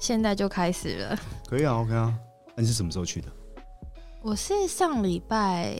现在就开始了。 可以啊 ，OK 啊。那你是什么时候去的？ 我是上礼拜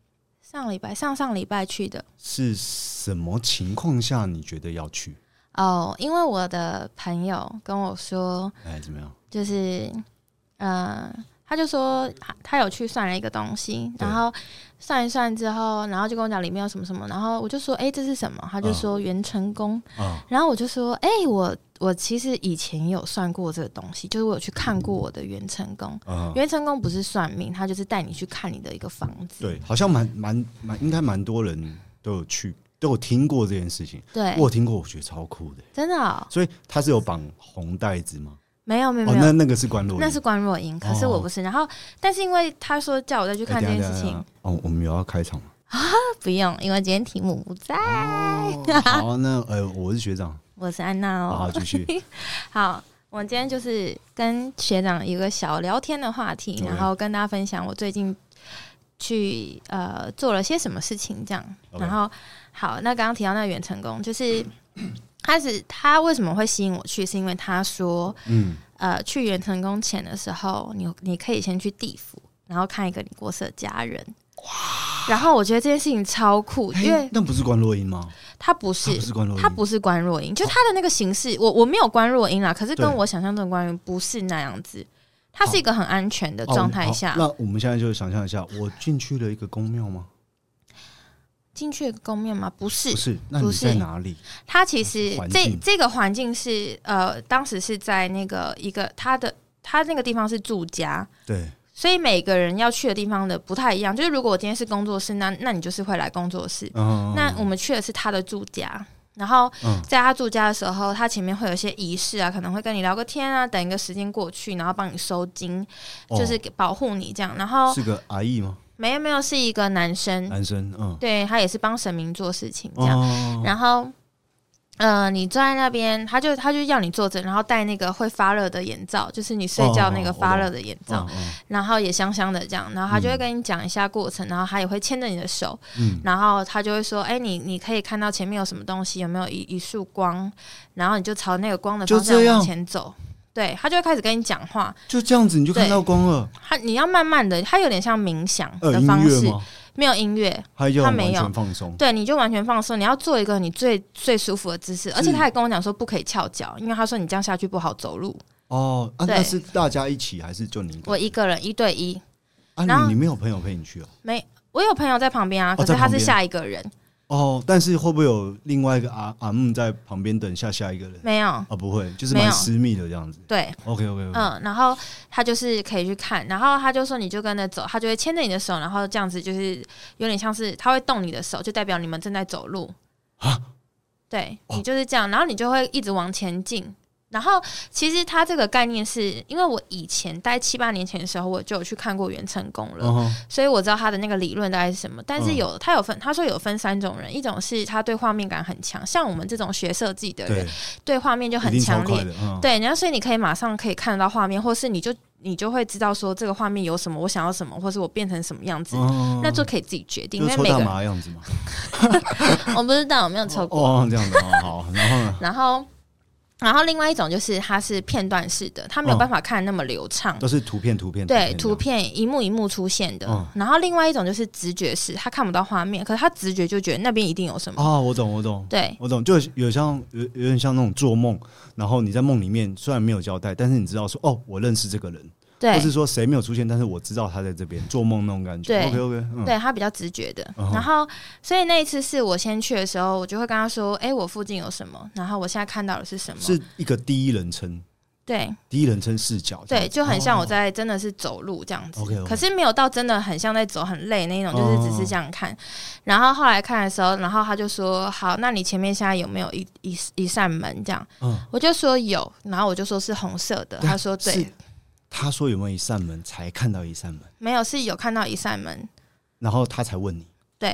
去的。 是什么情况下你觉得要去？ 因为我的朋友跟我说， 怎么样？ 就是他就说他有去算了一个东西，然后算一算之后，然后就跟我讲里面有什么什么，然后我就说这是什么？他就说元成功，然后我就说我其实以前有算过这个东西，就是我有去看过我的元成功。元成功不是算命，他就是带你去看你的一个房子。 对，好像应该蛮多人都有去。都有听过这件事情， 对， 我有听过，我觉得超酷的， 真的哦。 所以他是有绑红带子吗？ 没有， 那个是关若英， 那是关若英，可是我不是。然后，但是因为他说叫我再去看这件事情， 我们有要开场吗？ 不用，因为今天题目不在。 好，那我是学长， 我是安娜哦。 好，继续。 好，我们今天就是跟学长一个小聊天的话题，然后跟大家分享我最近去做了些什么事情，这样。然后好，那刚刚提到那个元成功，就是他为什么会吸引我去，是因为他说，去元成功前的时候，你可以先去地府，然后看一个你过世的家人。然后我觉得这件事情超酷，因为那不是关若英吗？ 他不是关若英，就他的那个形式，我没有关若英啦，可是跟我想象中的关若英不是那样子。它是一个很安全的状态下。 那我们现在就想象一下，我进去了一个宫庙吗？ 进去一个宫庙吗？不是， 那你在哪里？ 它其实这个环境是当时是在那个他那个地方是住家， 对，所以每个人要去的地方的不太一样。就是如果我今天是工作室，那你就是会来工作室。那我们去的是他的住家。然后在他住家的时候，他前面会有一些仪式啊，可能会跟你聊个天啊，等一个时间过去，然后帮你收金，就是保护你这样。然后是个阿姨吗？ 没有，是一个男生，对，他也是帮神明做事情这样。然后你坐在那边，他就要你坐着，然后戴那个会发热的眼罩，就是你睡觉那个发热的眼罩，然后也香香的这样，然后他就会跟你讲一下过程，然后他也会牵着你的手，然后他就会说，你可以看到前面有什么东西，有没有一束光，然后你就朝那个光的方向往前走。对，他就会开始跟你讲话， 就这样子你就看到光了。 你要慢慢的，他有点像冥想的方式。没有音乐，他没有完全放松。对，你就完全放松。你要做一个你最舒服的姿势，而且他还跟我讲说不可以翘脚，因为他说你这样下去不好走路。 那是大家一起还是就你一个人？ 我一个人1对1。 你没有朋友陪你去？ 没，我有朋友在旁边啊，可是他是下一个人。 但是会不会有另外一个阿木在旁边等下一个人？ 没有不会，就是蛮私密的这样子。 对 ，OK， 然后他就是可以去看，然后他就说你就跟着走，他就会牵着你的手，然后这样子就是有点像是他会动你的手，就代表你们正在走路。对，你就是这样，然后你就会一直往前进。然后其实他这个概念是因为我以前大概7、8年前的时候我就有去看过元成功了，所以我知道他的那个理论大概是什么。但是他说有分3种人，一种是他对画面感很强，像我们这种学设计的人对画面就很强烈，对，然后所以你可以马上可以看得到画面，或是你就会知道说这个画面有什么，我想要什么，或是我变成什么样子，那就可以自己决定。因为抽大麻的样子吗？ 我不知道，我没有抽过。 这样子好，然后呢？ 然后另外一种就是它是片段式的，它没有办法看那么流畅， 都是图片， 对，图片一幕一幕出现的。然后另外一种就是直觉式，他看不到画面，可是他直觉就觉得那边一定有什么。 我懂， 对， 我懂，就有点像那种做梦，然后你在梦里面虽然没有交代，但是你知道说我认识这个人。对，或是说谁没有出现，但是我知道他在这边做梦那种感觉。对 ，OK， 对他比较直觉的。然后，所以那一次是我先去的时候，我就会跟他说：“我附近有什么？然后我现在看到的是什么？” 是一个第一人称， 对， 第一人称视角， 对，就很像我在真的是走路这样子。可是没有到真的很像在走很累那种，就是只是这样看。然后后来看的时候，然后他就说：“好，那你前面现在有没有一扇门？”这样，我就说有，然后我就说是红色的，他说对。 他说有没有一扇门才看到一扇门？ 没有，是有看到一扇门， 然后他才问你。 对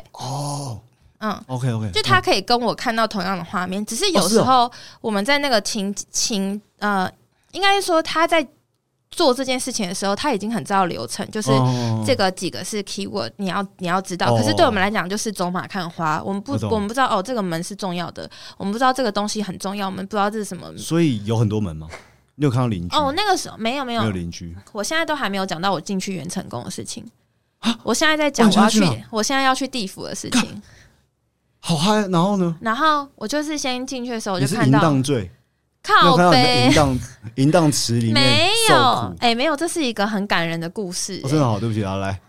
，OK， 就他可以跟我看到同样的画面，只是有时候我们在那个应该说他在做这件事情的时候，他已经很知道流程，就是这个几个是 keyword， 你要知道。可是对我们来讲，就是走马看花，我们不知道这个门是重要的，我们不知道这个东西很重要，我们不知道这是什么。 所以有很多门吗？ 你有看到邻居？ 哦，那个时候没有没有邻居。 我现在都还没有讲到我进去元成功的事情。我现在在讲我现在要去地府的事情。 好嗨！然后呢？ 然后我就是先进去的时候，我就看到淫荡罪。 靠北淫荡池里面没有，没有，这是一个很感人的故事。 真的好，对不起啊，来，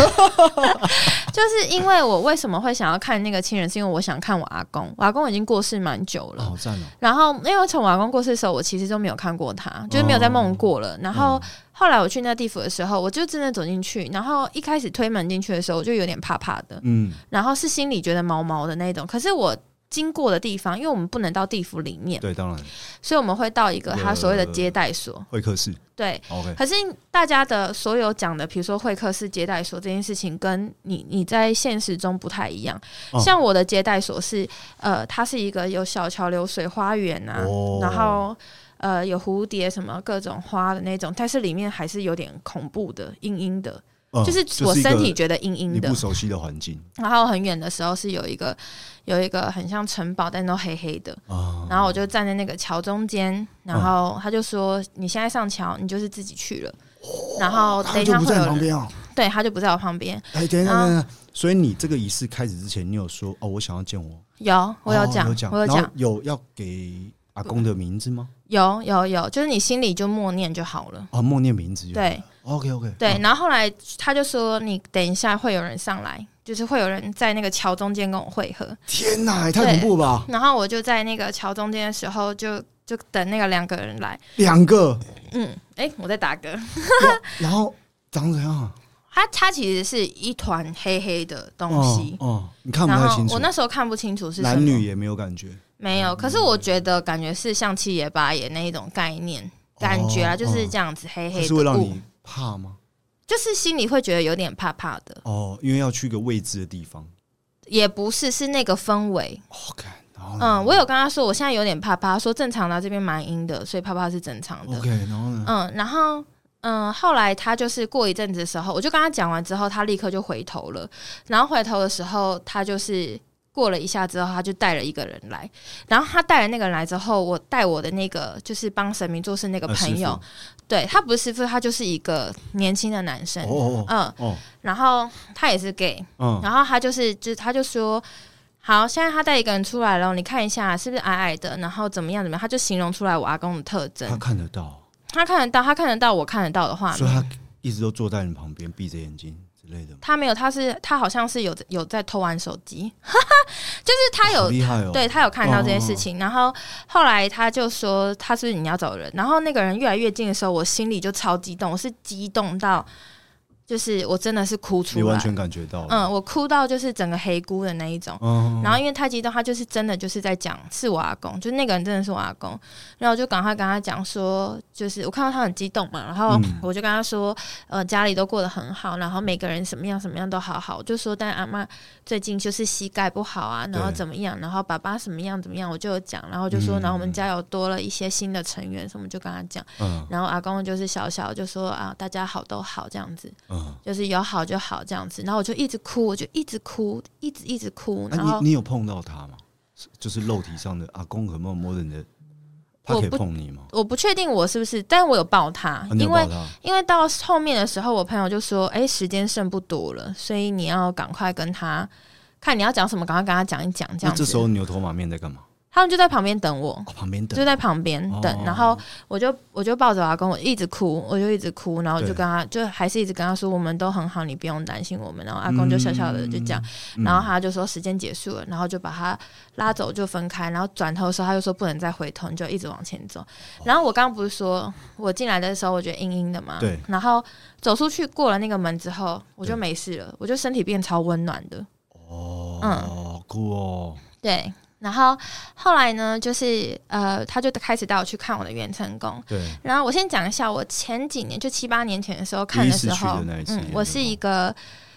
就是因为我为什么会想要看那个亲人，是因为我想看我阿公，我阿公已经过世蛮久了， 好赞哦。 然后因为从我阿公过世的时候，我其实都没有看过他，就是没有在梦过了。然后后来我去那地府的时候，我就真的走进去，然后一开始推门进去的时候，我就有点怕怕的，然后是心里觉得毛毛的那种。可是我经过的地方，因为我们不能到地府里面， 对，当然， 所以我们会到一个他所谓的接待所、 会客室。 对 ，OK。可是大家的所有讲的，比如说会客室、接待所这件事情，跟你在现实中不太一样。像我的接待所是，它是一个有小桥流水花园啊，然后有蝴蝶什么各种花的那种，但是里面还是有点恐怖的、阴阴的。就是我身体觉得阴阴的， 你不熟悉的环境。 然后很远的时候是有一个很像城堡，但都黑黑的。然后我就站在那个桥中间，然后他就说：“你现在上桥，你就是自己去了。”然后等一下会有人，对，他就不在我旁边。 等，所以你这个仪式开始之前，你有说我想要见我？ 我有讲， 然后有要给阿公的名字吗？ 有，就是你心里就默念就好了。 默念名字就好了。 对。 OK， 对，然后后来他就说：“你等一下会有人上来，就是会有人在那个桥中间跟我会合。” 天哪，也太恐怖了吧！ 然后我就在那个桥中间的时候就等那个2个人来。 2个？ 我在打嗝。 然后长怎样？ 它其实是一团黑黑的东西。 你看不太清楚。 我那时候看不清楚是什么， 男女也没有感觉。 没有，可是我觉得感觉是像七爷八爷那一种概念，感觉啊就是这样子黑黑的。 是会让你怕吗？ 就是心里会觉得有点怕怕的。 因为要去一个未知的地方。 也不是，是那个氛围。 OK， 我有跟他说我现在有点怕怕，说正常的这边蛮阴的，所以怕怕是正常的。 OK， 然后呢？ 然后后来他就是过一阵子的时候，我就跟他讲完之后，他立刻就回头了。然后回头的时候，他就是过了一下之后，他就带了一个人来。然后他带了那个人来之后，我带我的那个就是帮神明做事那个朋友，对，他不是师傅，他就是一个年轻的男生。然后他也是 gay，然后他他就说。好，现在他带一个人出来了，你看一下是不是矮矮的，然后怎么样，他就形容出来我阿公的特征。 他看得到， 他看得到我看得到的画面， 所以他一直都坐在你旁边，闭着眼睛之类的。 他没有，他好像是有在偷玩手机，就是他有， 好厉害哦， 对他有看到这件事情。然后后来他就说他是不是你要找人，然后那个人越来越近的时候，我心里就超激动，我是激动到。就是我真的是哭出来， 你完全感觉到了。 我哭到就是整个黑咕的那一种。然后因为太激动，他就是真的就是在讲是我阿公，就是那个人真的是我阿公。然后我就赶快跟他讲说，就是我看到他很激动嘛，然后我就跟他说，家里都过得很好，然后每个人什么样什么样都好好。我就说，但阿嬷最近就是膝盖不好啊，然后怎么样，然后爸爸什么样怎么样，我就有讲，然后就说，然后我们家有多了一些新的成员，什么就跟他讲。然后阿公就是小小就说啊，大家好都好这样子。就是有好就好这样子，然后我就一直哭，一直哭。然后你有碰到他吗？就是肉体上的阿公有没有摸着你的？他可以碰你吗？ 我不确定我是不是，但我有抱他，因为到后面的时候，我朋友就说：“时间剩不多了，所以你要赶快跟他看你要讲什么，赶快跟他讲一讲。”这样子。 那这时候牛头马面在干嘛？ 他们就在旁边等我， 就在旁边等，然后我就抱着阿公，我一直哭，然后我就跟他，就还是一直跟他说，我们都很好，你不用担心我们。然后阿公就笑笑的就讲，然后他就说时间结束了，然后就把他拉走，就分开，然后转头的时候他就说不能再回头，你就一直往前走。然后我刚刚不是说我进来的时候我觉得阴阴的嘛， 对， 然后走出去过了那个门之后，我就没事了，我就身体变超温暖的。 酷哦， 对。然后后来呢，就是他就开始带我去看我的元成功。 对。 然后我先讲一下，我前几年就7、8年前的时候看的时候，我是一个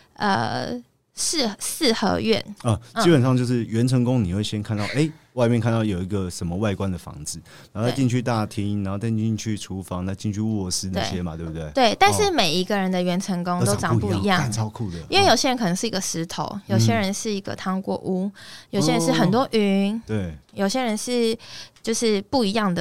四合院基本上就是元成功，你会先看到外面看到有一个什么外观的房子，然后再进去大厅，然后再进去厨房，再进去卧室那些嘛，对不对？ 对，但是每一个人的元成功都长不一样， 超酷的。 因为有些人可能是一个石头，有些人是一个糖果屋，有些人是很多云， 对， 有些人是就是不一样的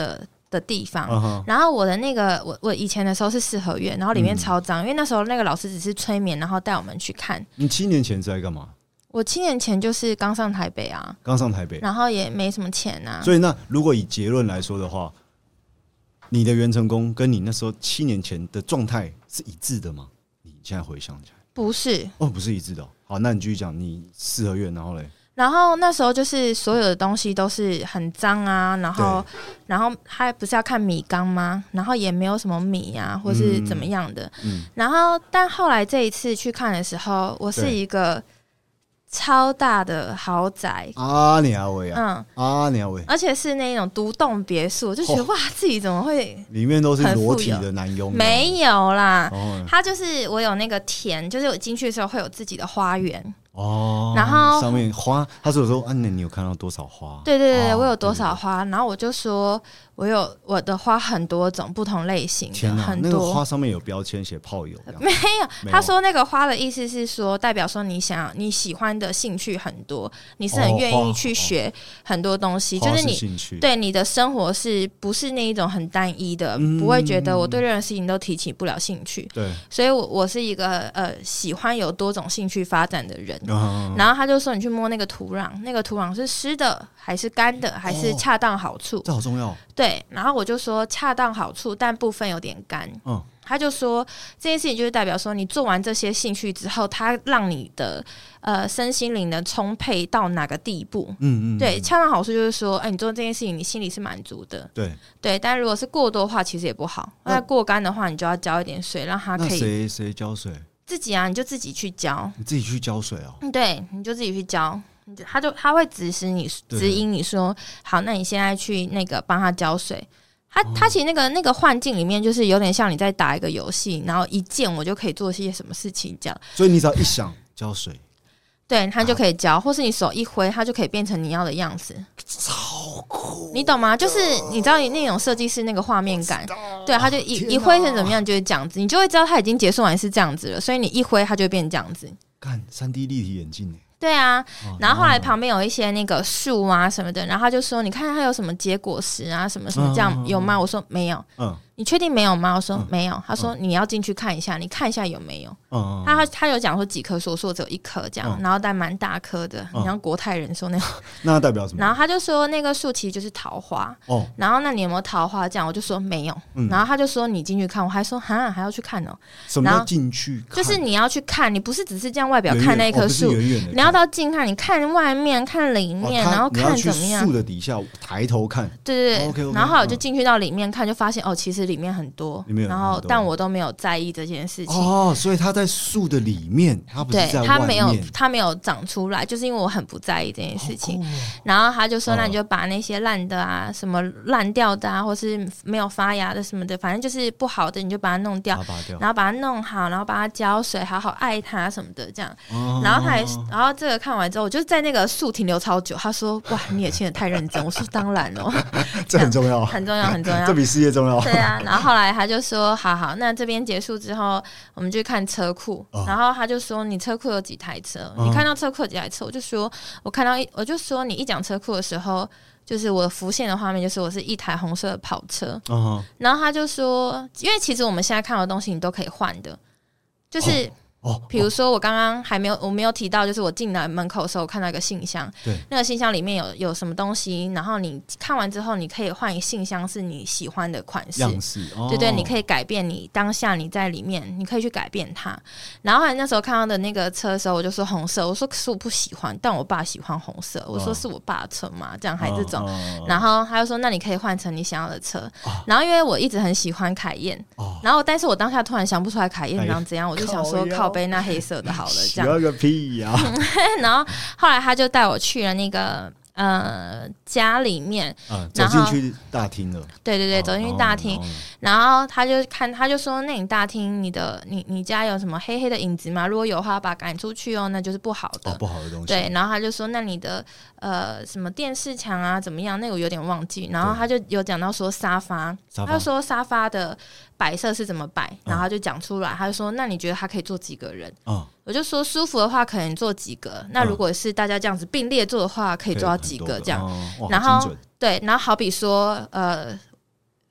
的地方，然后我的那个我以前的时候是四合院，然后里面超脏，因为那时候那个老师只是催眠，然后带我们去看。 你7年前是在干嘛？ 我7年前就是刚上台北啊， 刚上台北， 然后也没什么钱啊。 所以那如果以结论来说的话，你的元成功跟你那时候7年前的状态是一致的吗？你现在回想起来，不是哦，不是一致的。好，那你继续讲你四合院，然后嘞。 然后那时候就是所有的东西都是很脏啊，然后他不是要看米缸吗？然后也没有什么米啊，或是怎么样的。然后但后来这一次去看的时候，我是一个超大的豪宅啊，你阿伟啊，你阿伟， 而且是那种独栋别墅，就觉得哇，自己怎么会里面都是裸体的男佣？ 没有啦，他就是我有那个田，就是我进去的时候会有自己的花园。然后上面花，他是有说，你有看到多少花？ 对对对，我有多少花？然后我就说，我的花很多种，不同类型的，很多。 那个花上面有标签写炮友？ 没有，他说那个花的意思是说，代表说你喜欢的兴趣很多，你是很愿意去学很多东西，就是你对你的生活是不是那一种很单一的，不会觉得我对任何事情都提起不了兴趣。 对， 所以我是一个喜欢有多种兴趣发展的人。然后他就说你去摸那个土壤，那个土壤是湿的还是干的，还是恰当好处？ 这好重要。 对，然后我就说恰当好处，但部分有点干。他就说这件事情就是代表说你做完这些兴趣之后，它让你的身心灵的充沛到哪个地步？对，恰当好处就是说，你做这件事情你心里是满足的。对，但如果是过多的话，其实也不好。那过干的话，你就要浇一点水，让它可以。 那谁浇水？ 自己啊，你就自己去浇， 你自己去浇水哦。 对，你就自己去浇，他会指引你说，好，那你现在去那个帮他浇水。他其实那个幻境里面，就是有点像你在打一个游戏，然后一键我就可以做些什么事情这样。 所以你只要一想浇水， 对，他就可以浇，或是你手一挥，它就可以变成你要的样子， 超酷， 你懂吗？就是你知道你那种设计师那个画面感，对，他就一挥成怎么样就是这样子，你就会知道他已经结束完是这样子了，所以你一挥它就会变这样子。 干3D 立体眼镜耶。 对啊，然后后来旁边有一些那个树啊什么的，然后他就说：“你看它有什么结果实啊，什么什么这样有吗？”我说：“没有。”你确定没有吗？我说没有。他说你要进去看一下，你看一下有没有。他有讲说几棵树，我说只有1棵这样，然后但蛮大棵的，你像国泰人说那种。 那代表什么？ 然后他就说那个树其实就是桃花。然后那你有没有桃花？这样我就说没有。然后他就说你进去看，我还说哈还要去看哦。 什么叫进去看？ 就是你要去看，你不是只是这样外表看那棵树，你要到近看，你看外面，看里面，然后看怎么样？ 树的底下抬头看。 对。然后后来我就进去到里面看，就发现其实里面很多，然后但我都没有在意这件事情。 所以它在树的里面，它不是在外面。 它没有长出来，就是因为我很不在意这件事情。然后他就说，那你就把那些烂的啊，什么烂掉的啊，或是没有发芽的什么的，反正就是不好的，你就把它弄掉，然后把它弄好，然后把它浇水，好好爱它什么的，这样。然后这个看完之后，我就在那个树停留超久。他说：“哇，你也亲得太认真。”我说：“当然了， 这很重要， 很重要，很重要， 这比事业重要。” 对啊，然后后来他就说：“好，那这边结束之后，我们就看车库。”然后他就说：“你车库有几台车？你看到车库有几台车？”我就说：“我就说你一讲车库的时候，就是我浮现的画面就是我是一台红色的跑车。”然后他就说：“因为其实我们现在看到的东西你都可以换的，就是。”比如说我刚刚我没有提到，就是我进来门口的时候，我看到一个信箱，那个信箱里面有什么东西，然后你看完之后，你可以换一个信箱是你喜欢的款式， 样式， 对，你可以改变你当下你在里面，你可以去改变它。然后后来那时候看到的那个车的时候，我就说红色，我说可是我不喜欢，但我爸喜欢红色，我说是我爸的车嘛，这样还这种，然后他就说那你可以换成你想要的车。然后因为我一直很喜欢凯宴，然后但是我当下突然想不出来凯宴长怎样，我就想说靠背那黑色的好了，这样。 要个屁呀！ 然后后来他就带我去了那个家里面， 走进去大厅了。 对，走进去大厅，然后他就说：“那你大厅你家有什么黑黑的影子吗？如果有的话，把它赶出去哦，那就是不好的， 不好的东西。” 对，然后他就说：“那你的什么电视墙啊怎么样？那个我有点忘记。”然后他就有讲到说沙发，他就说沙发的摆设是怎么摆，然后他就讲出来，他就说：“那你觉得他可以坐几个人？”我就说舒服的话可能坐几个，那如果是大家这样子并列坐的话，可以坐到几个这样。然后对，然后好比说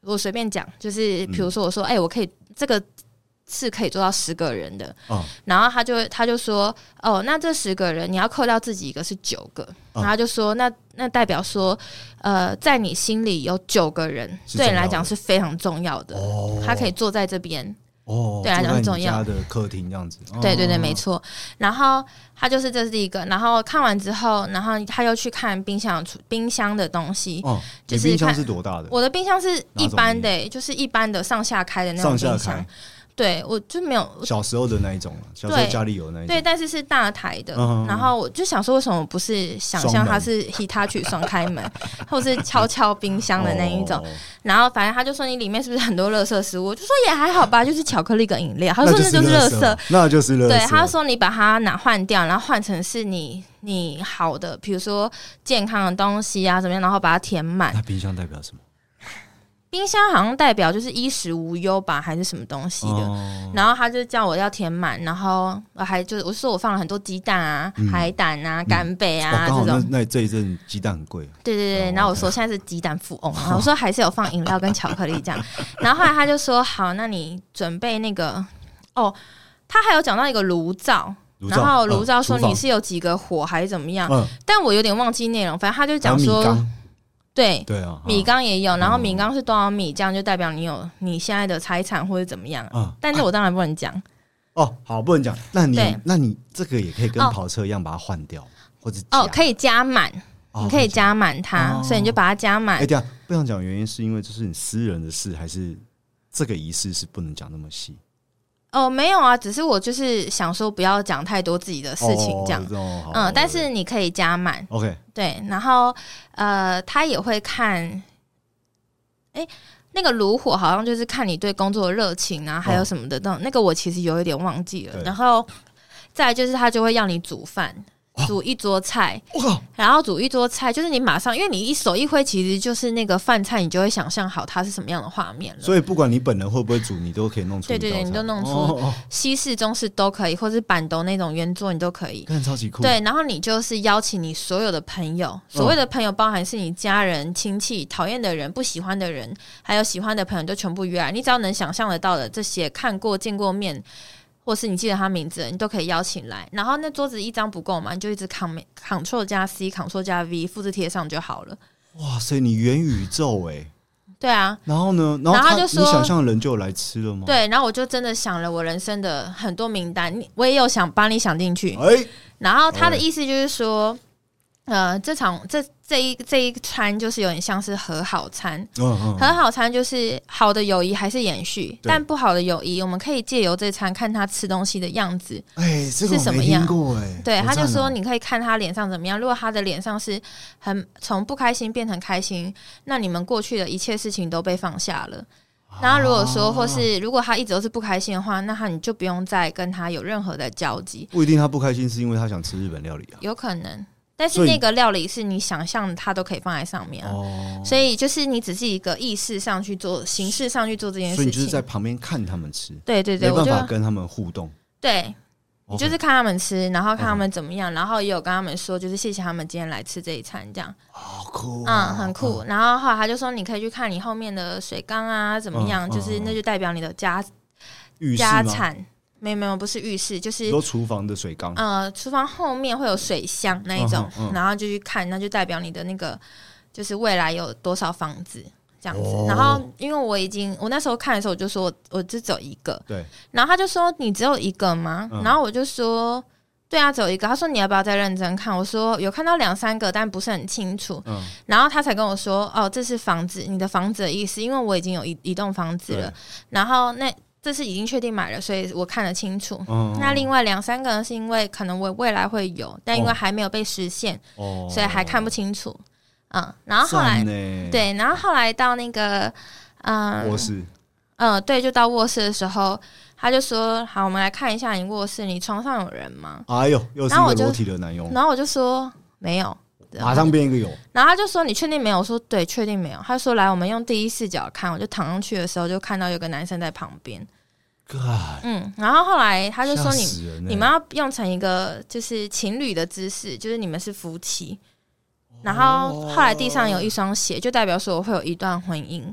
我随便讲，就是比如说我说，我可以这个是可以做到10个人的，然后他就说，那这10个人你要扣掉自己一个是9个，然后他就说那代表说，在你心里有9个人对你来讲是非常重要的，他可以坐在这边。对来讲很重要， 家的客厅这样子， 对对对，没错。然后他就是这是第一个，然后看完之后，然后他又去看冰箱的东西。就是冰箱是多大的？ 我的冰箱是一般的，就是一般的上下开的那种冰箱。对，我就没有小时候的那一种，小时候家里有那一种， 对，但是大台的。然后我就想说，为什么不是想象它是 Hitachi 双开门，或是悄悄冰箱的那一种？然后反正他就说你里面是不是很多垃圾食物？我就说也还好吧，就是巧克力跟饮料。他说那就是垃圾， 那就是垃圾。 对，他说你把它换掉，然后换成是你好的，比如说健康的东西啊怎么样，然后把它填满。 那冰箱代表什么？ 冰箱好像代表就是衣食无忧吧，还是什么东西的。然后他就叫我要填满，然后我说我放了很多鸡蛋啊、海胆啊、干贝啊这种。 那这一阵鸡蛋很贵。 对对对，然后我说现在是鸡蛋富翁，然后我说还是有放饮料跟巧克力这样。然后后来他就说好，那你准备那个他还有讲到一个炉灶。然后炉灶说你是有几个火还是怎么样，但我有点忘记内容。反正他就讲说。对啊，米缸也有，然后米缸是多少米，这样就代表你有你现在的财产或者怎么样。但是我当然不能讲。 好，不能讲。那你这个也可以跟跑车一样把它换掉，或者可以加满，你可以加满它，所以你就把它加满。 这样不想讲原因是因为这是你私人的事，还是这个仪式是不能讲那么细？ 没有啊，只是我就是想说不要讲太多自己的事情这样。但是你可以加满。 OK， 对，然后他也会看，那个炉火好像就是看你对工作的热情啊，还有什么的那个我其实有一点忘记了。然后再来就是他就会要你煮饭。煮一桌菜，然后煮一桌菜，就是你马上，因为你一手一挥，其实就是那个饭菜，你就会想象好它是什么样的画面了。 所以不管你本人会不会煮，你都可以弄出。 对对对，你都弄出西式、中式都可以，或是板豆那种圆桌你都可以。 看超级酷。 对，然后你就是邀请你所有的朋友，所谓的朋友包含是你家人、亲戚、讨厌的人、不喜欢的人，还有喜欢的朋友，都全部约来。你只要能想象得到的这些，看过、见过面。或是你记得他名字，你都可以邀请来。然后那桌子一张不够嘛，你就一直 Ctrl 加 C、Ctrl 加 V 复制贴上就好了。 哇塞，你元宇宙对啊。 然后呢？然后他就说，你想象的人就有来吃了吗？ 对，然后我就真的想了我人生的很多名单，我也有想帮你想进去。然后他的意思就是说，这一餐就是有点像是和好餐。和好餐就是好的友谊还是延续，但不好的友谊，我们可以借由这餐看他吃东西的样子，是什么样。对，他就说你可以看他脸上怎么样。如果他的脸上是从不开心变成开心，那你们过去的一切事情都被放下了。然后如果说或是如果他一直都是不开心的话，那你就不用再跟他有任何的交集。 不一定他不开心是因为他想吃日本料理啊， 有可能。但是那个料理是你想象它都可以放在上面所以就是你只是一个意识上去做，形式上去做这件事情， 所以你就是在旁边看他们吃。 对对对， 没办法跟他们互动。 对，你就是看他们吃，然后看他们怎么样，然后也有跟他们说，就是谢谢他们今天来吃这一餐，这样。 好酷很酷。然后后来他就说，你可以去看你后面的水缸啊，怎么样？就是那就代表你的家产。没有，不是浴室，就是都厨房的水缸。 厨房后面会有水箱那一种，然后就去看，那就代表你的那个就是未来有多少房子这样子。然后因为我那时候看的时候，我就说我就只有一个， 对。 然后他就说你只有一个吗？然后我就说对啊，只有一个。他说你要不要再认真看？我说有看到2-3个，但不是很清楚。然后他才跟我说这是房子，你的房子的意思，因为我已经有一栋房子了。然后这是已经确定买了，所以我看得清楚。那另外2-3个呢，是因为可能我未来会有，但因为还没有被实现，所以还看不清楚。然后后来对，然后后来到那个卧室， 对，就到卧室的时候，他就说：“好，我们来看一下你卧室，你床上有人吗？” 哎呦，又是一个裸体的男佣。 然后我就说没有。 马上变一个有， 然后他就说你确定没有？我说对，确定没有。他说来，我们用第一视角看。我就躺上去的时候，就看到有个男生在旁边。然后后来他就说你们要用成一个就是情侣的姿势，就是你们是夫妻。然后后来地上有一双鞋，就代表说我会有一段婚姻。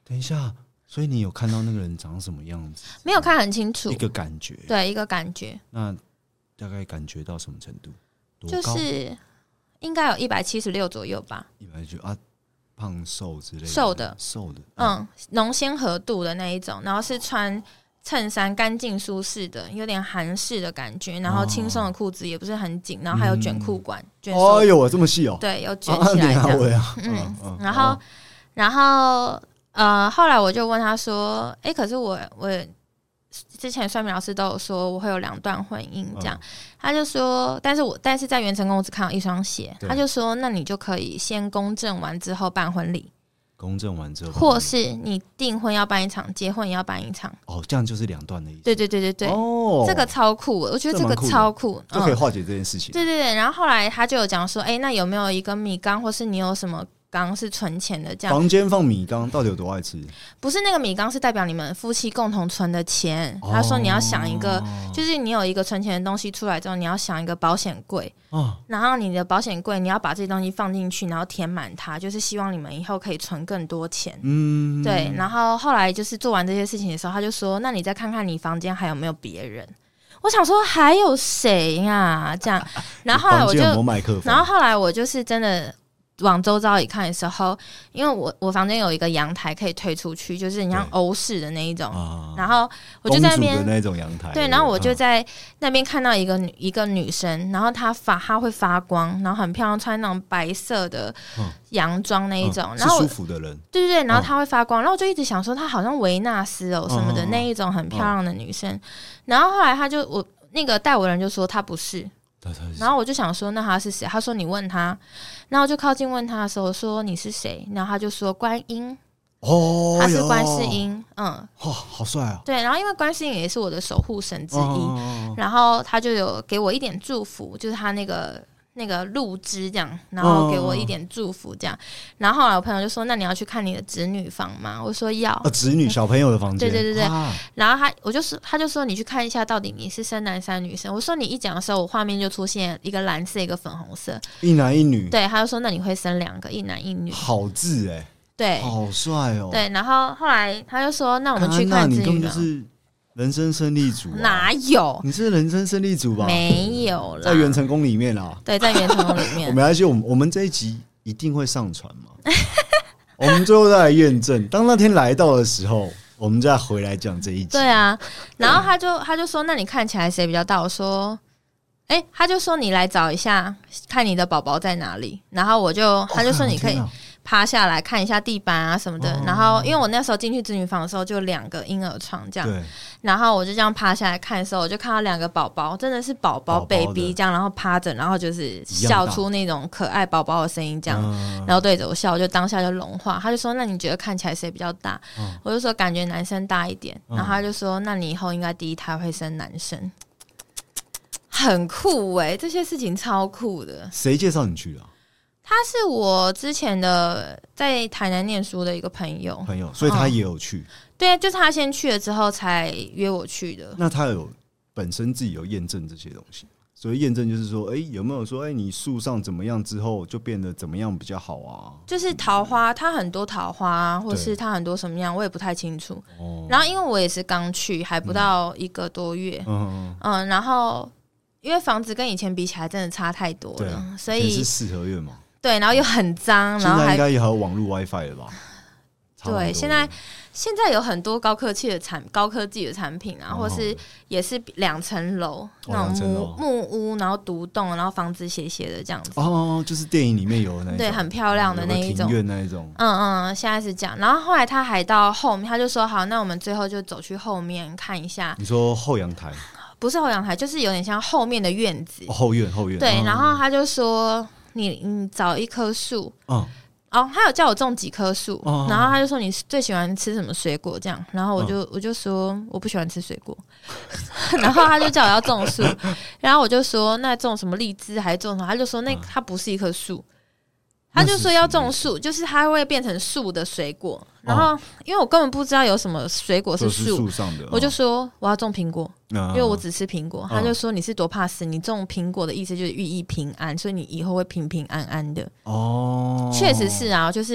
等一下，所以你有看到那个人长什么样子？ 没有看很清楚， 一个感觉， 对，一个感觉。 那大概感觉到什么程度？ 就是应该有176左右吧。 176啊，胖瘦之类的？ 瘦的，浓鲜合度的那一种，然后是穿衬衫干净舒适的，有点韩式的感觉，然后轻松的裤子也不是很紧，然后还有卷裤管，卷手。 哎呦，这么细哦！ 对，有卷起来这样。然后后来我就问他说：“可是我之前算命老师都有说我会有2段婚姻这样。他就说，但是在元成宫我只看到一双鞋，他就说那你就可以先公证完之后办婚礼。 公证完之后， 或是你订婚要办一场，结婚也要办一场。 这样就是2段的意思。 对。这个超酷，我觉得这个超酷， 就可以化解这件事情。 对。然后后来他就有讲说，那有没有一个米缸，或是你有什么缸是存钱的这样？ 房间放米缸，到底有多爱吃？ 不是那个米缸是代表你们夫妻共同存的钱。他说你要想一个，就是你有一个存钱的东西出来之后，你要想一个保险柜。然后你的保险柜你要把这些东西放进去，然后填满它，就是希望你们以后可以存更多钱。对。然后后来就是做完这些事情的时候，他就说：“那你再看看你房间还有没有别人？”我想说还有谁呀？这样。然后后来我就，然后后来我就是真的往周遭一看的时候，因为我房间有一个阳台可以推出去，就是很像欧式的那一种。然后我就在那边， 公主的那种阳台。 对，然后我就在那边看到一个女生，然后她会发光，然后很漂亮，穿那种白色的洋装那一种，然后是舒服的人。 对，然后她会发光，然后我就一直想说她好像维纳斯什么的那一种很漂亮的女生。然后后来我那个带我的人就说她不是。然后我就想说那他是谁？他说你问他。然后我就靠近问他的时候说你是谁？然后他就说观音。他是观世音。 好帅啊！ 对，然后因为观世音也是我的守护神之一。然后他就有给我一点祝福，就是他那个露枝这样，然后给我一点祝福这样。然后后来我朋友就说那你要去看你的侄女房吗？我说要。 侄女小朋友的房间。 对。然后他就说你去看一下到底你是生男生女生。我说你一讲的时候我画面就出现一个蓝色一个粉红色， 一男一女。 对，他就说那你会生2个，一男一女。 好字对， 好帅哦。 对，然后后来他就说那我们去看侄女房。 人生胜利组哪有？ 你是人生胜利组吧？ 没有啦， 在元成功里面啦。 对，在元成功里面。 没关系，我们这一集一定会上传嘛。我们最后再来验证，当那天来到的时候，我们再回来讲这一集。 对啊，然后他就说，那你看起来谁比较大？我说，他就说你来找一下，看你的宝宝在哪里。然后他就说你可以趴下来看一下地板啊什么的。然后因为我那时候进去子女房的时候就2个婴儿床这样。对。然后我就这样趴下来看的时候，我就看到2个宝宝，真的是宝宝 baby 这样，然后趴着，然后就是笑出那种可爱宝宝的声音这样，然后对着我笑，我就当下就融化。他就说那你觉得看起来谁比较大？我就说感觉男生大一点。然后他就说那你以后应该第一胎会生男生。很酷这些事情超酷的。 谁介绍你去的？ 他是我之前的在台南念书的一个朋友， 所以他也有去。 对，就是他先去了之后才约我去的。 那他本身自己有验证这些东西，所以验证就是说，有没有说，你树上怎么样之后就变得怎么样比较好啊？就是桃花，他很多桃花，或是他很多什么样，我也不太清楚。然后因为我也是刚去，还不到1个多月，然后因为房子跟以前比起来真的差太多了，所以是4合院嘛。 对，然后又很脏，然后现在应该也还有网络 WiFi 了吧？ 对，现在有很多高科技的产品啊，或是也是2层楼那种木屋，然后独栋，然后房子斜斜的这样子。 就是电影里面有的那种， 对，很漂亮的那一种庭院那一种。 现在是这样。然后后来他还到后面，他就说好，那我们最后就走去后面看一下。 你说后阳台？ 不是后阳台，就是有点像后面的院子。 后院。 对，然后他就说你找一棵树。他有叫我种几棵树，然后他就说你最喜欢吃什么水果这样，然后我就说我不喜欢吃水果，然后他就叫我要种树，然后我就说那种什么荔枝还是种什么，他就说那它不是一棵树，他就说要种树，就是它会变成树的水果。然后因为我根本不知道有什么水果是树上的，我就说我要种苹果，因为我只吃苹果。他就说你是多怕死，你种苹果的意思就是寓意平安，所以你以后会平平安安的。确实是啊，就是我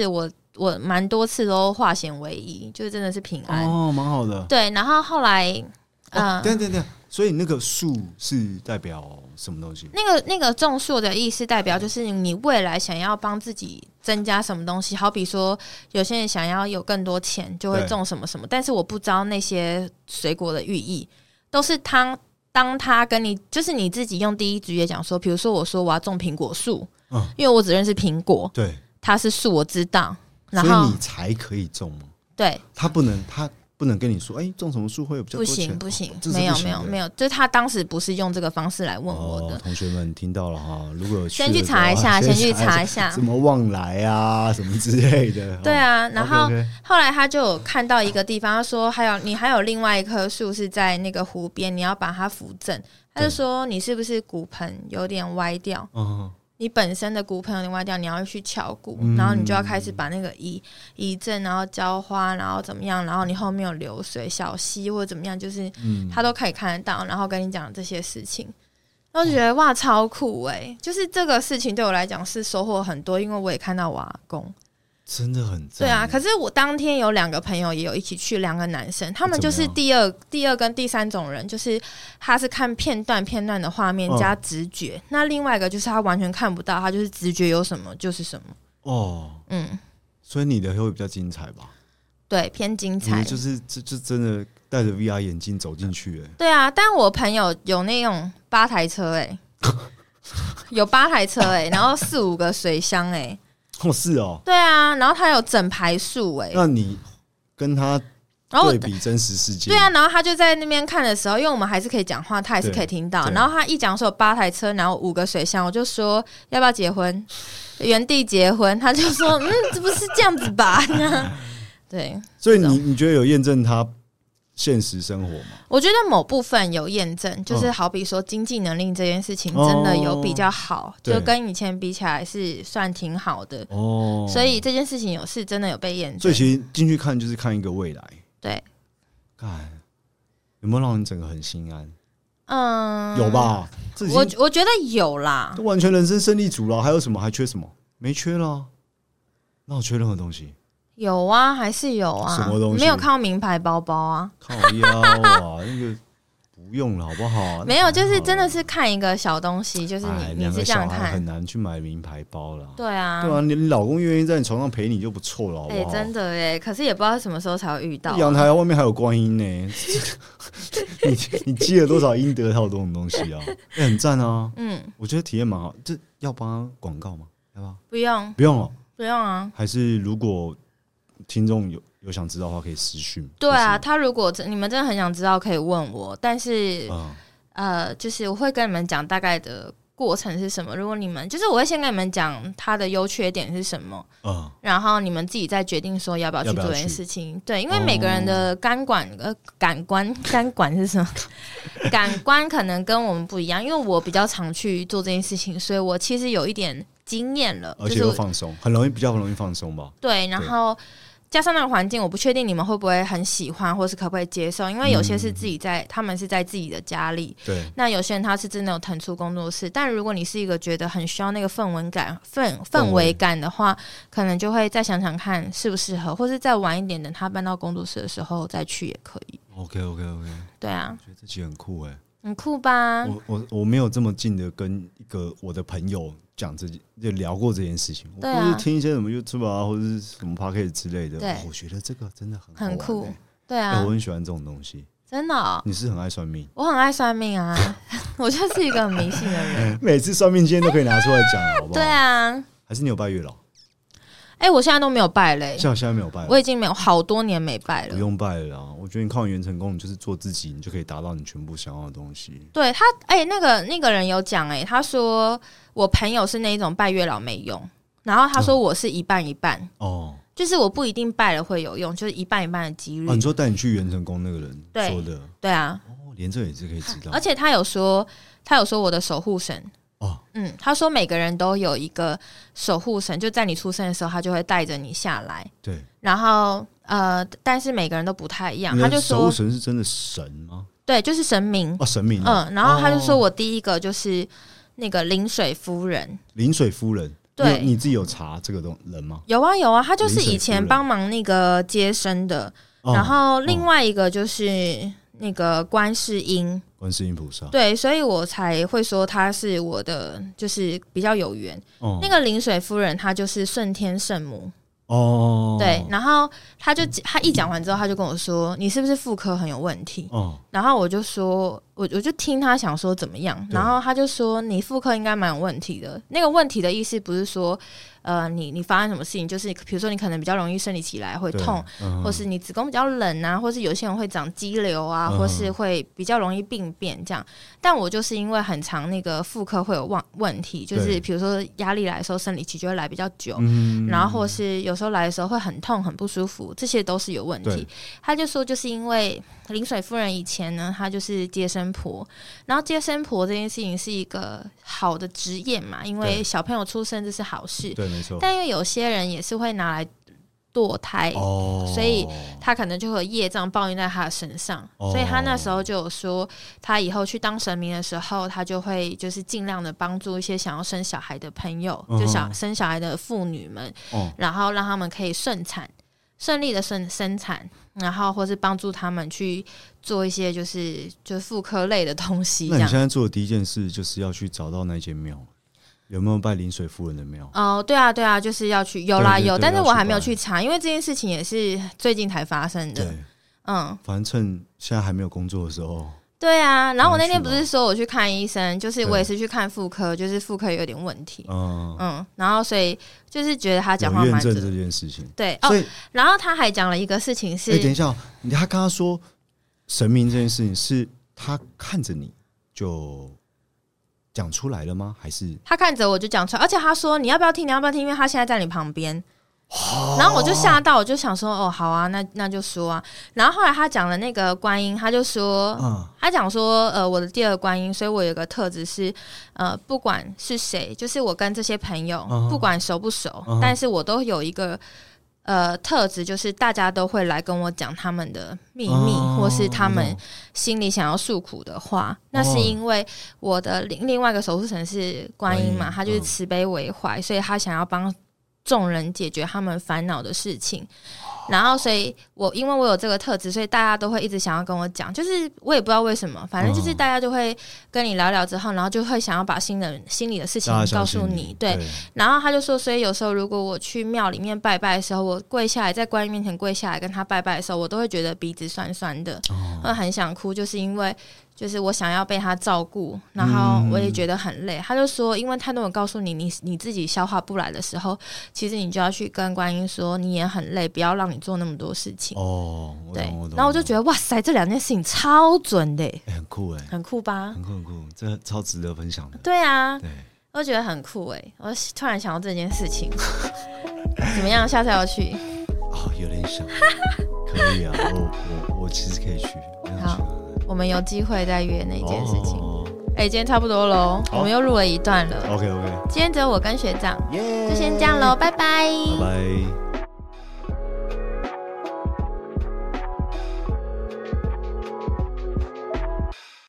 我蛮多次都化险为夷，就是真的是平安哦，蛮好的。 对，然后后来对，所以那个树是代表什么东西？ 那个种树的意思代表就是你未来想要帮自己增加什么东西，好比说有些人想要有更多钱，就会种什么什么，但是我不知道那些水果的寓意，都是当他跟你就是你自己用第一直觉讲说，比如说我说我要种苹果树，因为我只认识苹果，对，它是树我知道，然后所以你才可以种吗？ 对， 他不能跟你说，种什么树会有比较多钱？ 不行，没有，就是他当时不是用这个方式来问我的。 同学们听到了哈，如果有先去查一下， 什么旺来啊，什么之类的。 对啊，然后后来他就有看到一个地方，他说你还有另外一棵树是在那个湖边，你要把它扶正。他就说你是不是骨盆有点歪掉？你本身的骨盆有点歪掉，你要去敲骨，然后你就要开始把那个移正，然后浇花，然后怎么样，然后你后面有流水、小溪或者怎么样，就是他都可以看得到，然后跟你讲这些事情，我就觉得哇超酷就是这个事情对我来讲是收获很多，因为我也看到我阿公。 真的很赞。 对啊，可是我当天有2个朋友也有一起去，2个男生，他们就是第二跟第3种人，就是他是看片段的画面加直觉，那另外一个就是他完全看不到，他就是直觉有什么就是什么。 所以你的会比较精彩吧？ 对，偏精彩。 就是真的戴着 VR 眼镜走进去对啊，但我朋友有那种8台车有8台车然后4、5个水箱是哦， 对啊，然后他有整排树那你跟他对比真实世界？ 对啊，然后他就在那边看的时候，因为我们还是可以讲话，他也是可以听到。然后他一讲说有8台车，然后5个水箱，我就说要不要结婚，原地结婚，他就说这不是这样子吧？对， 所以你觉得有验证他现实生活吗？ 我觉得某部分有验证，就是好比说经济能力这件事情真的有比较好，就跟以前比起来是算挺好的所以这件事情是真的有被验证。 所以其实进去看就是看一个未来。 对， 有没有让你整个很心安？有吧？ 我觉得有啦， 都完全人生胜利组了，还有什么？还缺什么？没缺了。那我缺任何东西？ 有啊，还是有啊。 什么东西？ 没有看到名牌包包啊？ 靠腰啊，那个不用了，好不好？ 没有，就是真的是看一个小东西，就是你是这样看， 很难去买名牌包了。 对啊， 你老公愿意在你床上陪你就不错了，好不好？ 真的可是也不知道什么时候才会遇到。 阳台外面还有观音呢，你积了多少阴德，还有这种东西啊？很赞啊！我觉得体验蛮好。这要帮他广告吗？要不要？不用哦， 不用啊。 还是如果听众有想知道的话，可以私讯。 对啊，他如果你们真的很想知道，可以问我。但是就是我会跟你们讲大概的过程是什么。如果你们就是我会先跟你们讲它的优缺点是什么，然后你们自己再决定说要不要去做这件事情。对，因为每个人的感官是什么？感官可能跟我们不一样。因为我比较常去做这件事情，所以我其实有一点经验了， 而且又放松，比较容易放松吧。 对，然后加上那个环境，我不确定你们会不会很喜欢，或是可不可以接受，因为有些是自己在，他们是在自己的家里，对。那有些人他是真的有腾出工作室，但如果你是一个觉得很需要那个氛围感的话，可能就会再想想看适不适合，或是再晚一点，等他搬到工作室的时候再去也可以。 OK， 对啊， 我觉得这集很酷很酷吧？ 我没有这么近的跟一个我的朋友讲就聊过这件事情，或者听一些什么 YouTube 啊，或者是什么 Podcast 之类的。我觉得这个真的很酷。对啊， 我很喜欢这种东西。 真的你是很爱算命？ 我很爱算命啊，我就是一个很迷信的人。 每次算命今天都可以拿出来讲，好不好？ 对啊。 还是你有拜月老？ 我现在都没有拜了现在没有拜了， 我已经没有好多年没拜了。 不用拜了啦，我觉得你靠元成功，你就是做自己，你就可以达到你全部想要的东西。 对他，那个人有讲他说我朋友是那一种拜月老没用，然后他说我是一半一半就是我不一定拜了会有用，就是一半一半的几率。 你说带你去元成功那个人说的， 对啊， 连这也是可以知道。 而且他有说我的守护神。他说每个人都有一个守护神，就在你出生的时候，他就会带着你下来。对，然后但是每个人都不太一样。他就说守护神是真的神吗？ 对，就是神明神明。 然后他就说我第一个就是那个临水夫人。 临水夫人， 对， 你自己有查这个人吗？ 有啊有啊，他就是以前帮忙那个接生的，然后另外一个就是那个观世音菩萨， 对，所以我才会说他是我的就是比较有缘。那个临水夫人她就是顺天圣母。对，然后他一讲完之后，他就跟我说：“你是不是妇科很有问题？”然后我就说：“我就听他想说怎么样。”然后他就说：“你妇科应该蛮有问题的。”那个问题的意思不是说你发生什么事情，就是比如说你可能比较容易生理期来会痛，或是你子宫比较冷啊，或是有些人会长肌瘤啊，或是会比较容易病变这样。但我就是因为很常那个妇科会有问题，就是比如说压力来的时候，生理期就会来比较久，然后或是有时候来的时候会很痛很不舒服，这些都是有问题。他就说就是因为临水夫人以前呢，她就是接生婆，然后接生婆这件事情是一个好的职业嘛，因为小朋友出生这是好事， 对，没错。 但因为有些人也是会拿来堕胎，所以他可能就会有业障报应在他的身上，所以他那时候就有说，他以后去当神明的时候，他就会就是尽量的帮助一些想要生小孩的朋友，就生小孩的妇女们，然后让他们可以顺利的生产，然后或是帮助他们去做一些就是妇科类的东西。 那你现在做的第一件事就是要去找到那间庙，有没有拜临水夫人的庙？ 对啊，就是要去，有啦有，但是我还没有去查，因为这件事情也是最近才发生的。 对，反正趁现在还没有工作的时候。 对啊，然后我那天不是说我去看医生，就是我也是去看妇科，就是妇科有点问题。然后所以就是觉得他讲话蛮有验证这件事情。 对然后他还讲了一个事情是， 等一下，他刚刚说神明这件事情是他看着你就讲出来了吗？还是他看着我就讲出来？而且他说你要不要听？因为他现在在你旁边。然后我就吓到，我就想说好啊，那就说啊。然后后来他讲了那个观音，他就说，他讲说我的第二观音，所以我有个特质是不管是谁，就是我跟这些朋友不管熟不熟，但是我都有一个特质，就是大家都会来跟我讲他们的秘密，或是他们心里想要诉苦的话。那是因为我的另外一个守护神是观音嘛，他就是慈悲为怀，所以他想要帮众人解决他们烦恼的事情。然后所以因为我有这个特质，所以大家都会一直想要跟我讲，就是我也不知道为什么，反正就是大家就会跟你聊聊之后，然后就会想要把心里的事情告诉你。对，然后他就说，所以有时候如果我去庙里面拜拜的时候，我跪下来在观音面前跪下来跟他拜拜的时候，我都会觉得鼻子酸酸的，会很想哭，就是因为就是我想要被他照顾，然后我也觉得很累。他就说，因为太多人告诉你自己消化不来的时候，其实你就要去跟观音说，你也很累，不要让你做那么多事情。对。然后我就觉得哇塞，这两件事情超准的， 很酷很酷吧？ 很酷，这超值得分享的。 对啊，对，我觉得很酷我突然想到这件事情，怎么样？下次要去？ 有点想，可以啊，我其实可以去。 好。我们有机会再约那件事情。今天差不多咯，我们又录了一段了。 OK， 今天只有我跟学长，就先这样咯，拜拜。 拜拜。